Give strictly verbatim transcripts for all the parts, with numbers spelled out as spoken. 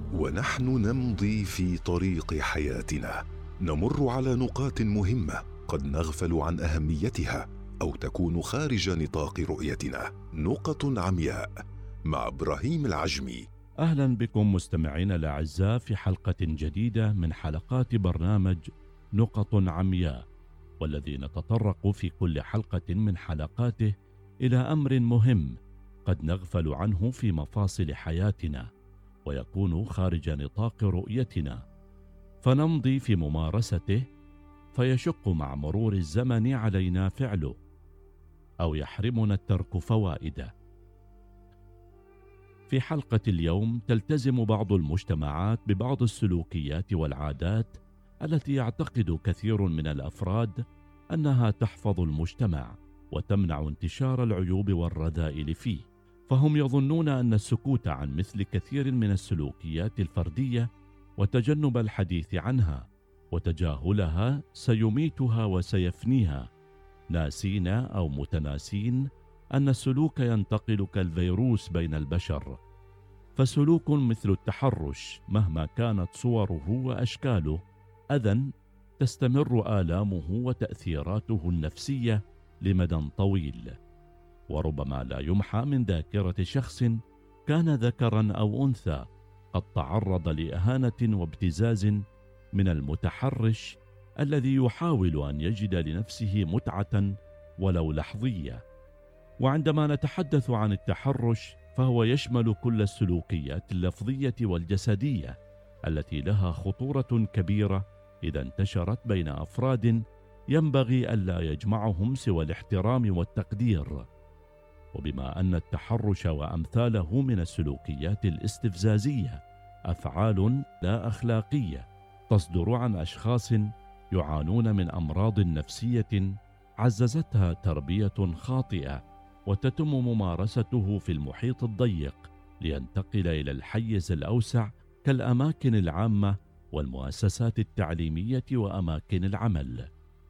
ونحن نمضي في طريق حياتنا نمر على نقاط مهمة قد نغفل عن أهميتها أو تكون خارج نطاق رؤيتنا. نقط عمياء مع إبراهيم العجمي. أهلا بكم مستمعينا الأعزاء في حلقة جديدة من حلقات برنامج نقط عمياء، والذي نتطرق في كل حلقة من حلقاته إلى أمر مهم قد نغفل عنه في مفاصل حياتنا ويكون خارج نطاق رؤيتنا، فنمضي في ممارسته فيشق مع مرور الزمن علينا فعله أو يحرمنا الترك فوائده. في حلقة اليوم تلتزم بعض المجتمعات ببعض السلوكيات والعادات التي يعتقد كثير من الأفراد أنها تحفظ المجتمع وتمنع انتشار العيوب والرذائل فيه، فهم يظنون أن السكوت عن مثل كثير من السلوكيات الفردية وتجنب الحديث عنها وتجاهلها سيميتها وسيفنيها، ناسين أو متناسين أن السلوك ينتقل كالفيروس بين البشر، فسلوك مثل التحرش مهما كانت صوره وأشكاله أذى تستمر آلامه وتأثيراته النفسية لمدى طويل، وربما لا يمحى من ذاكرة شخص كان ذكرا أو أنثى قد تعرض لإهانة وابتزاز من المتحرش الذي يحاول أن يجد لنفسه متعة ولو لحظية. وعندما نتحدث عن التحرش فهو يشمل كل السلوكيات اللفظية والجسدية التي لها خطورة كبيرة إذا انتشرت بين أفراد ينبغي ألا يجمعهم سوى الاحترام والتقدير. وبما أن التحرش وأمثاله من السلوكيات الاستفزازية أفعال لا أخلاقية تصدر عن أشخاص يعانون من أمراض نفسية عززتها تربية خاطئة وتتم ممارسته في المحيط الضيق لينتقل إلى الحيز الأوسع كالأماكن العامة والمؤسسات التعليمية وأماكن العمل.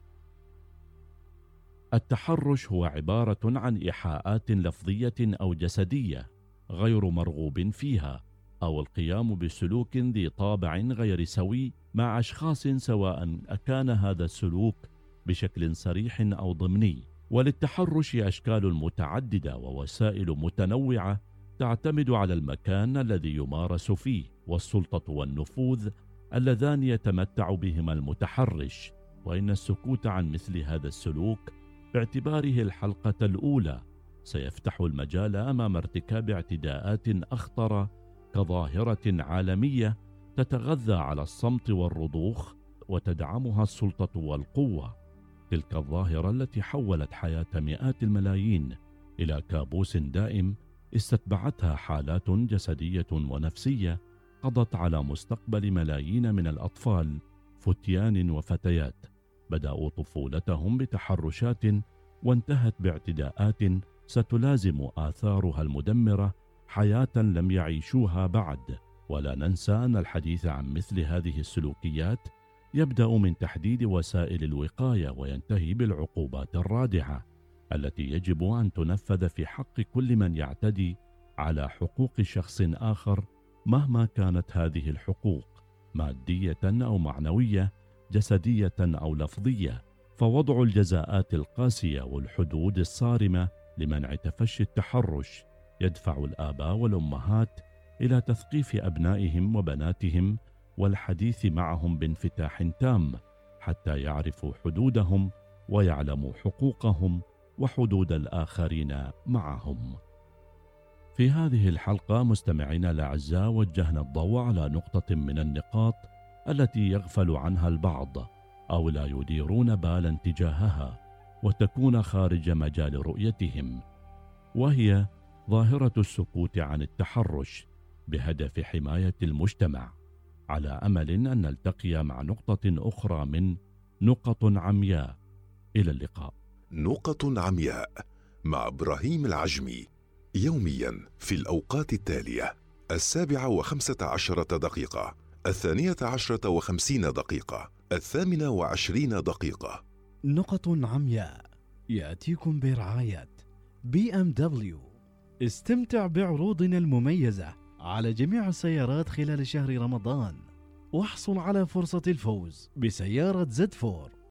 التحرش هو عبارة عن إيحاءات لفظية أو جسدية غير مرغوب فيها أو القيام بسلوك ذي طابع غير سوي مع أشخاص سواء أكان هذا السلوك بشكل صريح أو ضمني. وللتحرش أشكال متعددة ووسائل متنوعة تعتمد على المكان الذي يمارس فيه والسلطة والنفوذ اللذان يتمتع بهما المتحرش، وإن السكوت عن مثل هذا السلوك باعتباره الحلقة الأولى سيفتح المجال أمام ارتكاب اعتداءات أخطر كظاهرة عالمية تتغذى على الصمت والرضوخ وتدعمها السلطة والقوة، تلك الظاهرة التي حولت حياة مئات الملايين إلى كابوس دائم استتبعتها حالات جسدية ونفسية قضت على مستقبل ملايين من الأطفال فتيان وفتيات بدأوا طفولتهم بتحرشات وانتهت باعتداءات ستلازم آثارها المدمرة حياة لم يعيشوها بعد. ولا ننسى أن الحديث عن مثل هذه السلوكيات يبدأ من تحديد وسائل الوقاية وينتهي بالعقوبات الرادعة التي يجب أن تنفذ في حق كل من يعتدي على حقوق شخص آخر مهما كانت هذه الحقوق مادية أو معنوية، جسدية أو لفظية. فوضع الجزاءات القاسية والحدود الصارمة لمنع تفشي التحرش يدفع الآباء والأمهات إلى تثقيف أبنائهم وبناتهم والحديث معهم بانفتاح تام حتى يعرفوا حدودهم ويعلموا حقوقهم وحدود الآخرين معهم. في هذه الحلقة مستمعينا الأعزاء وجهنا الضوء على نقطة من النقاط التي يغفل عنها البعض أو لا يديرون بالا تجاهها وتكون خارج مجال رؤيتهم، وهي ظاهرة السكوت عن التحرش بهدف حماية المجتمع، على أمل أن نلتقي مع نقطة أخرى من نقط عمياء. إلى اللقاء. نقط عمياء مع إبراهيم العجمي، يوميا في الأوقات التالية: السابعة وخمسة عشرة دقيقة، الثانية عشرة وخمسين دقيقة، الثامنة وعشرين دقيقة. نقط عمياء يأتيكم برعاية بي ام دبليو. استمتع بعروضنا المميزة على جميع السيارات خلال شهر رمضان، واحصل على فرصة الفوز بسيارة زد فور.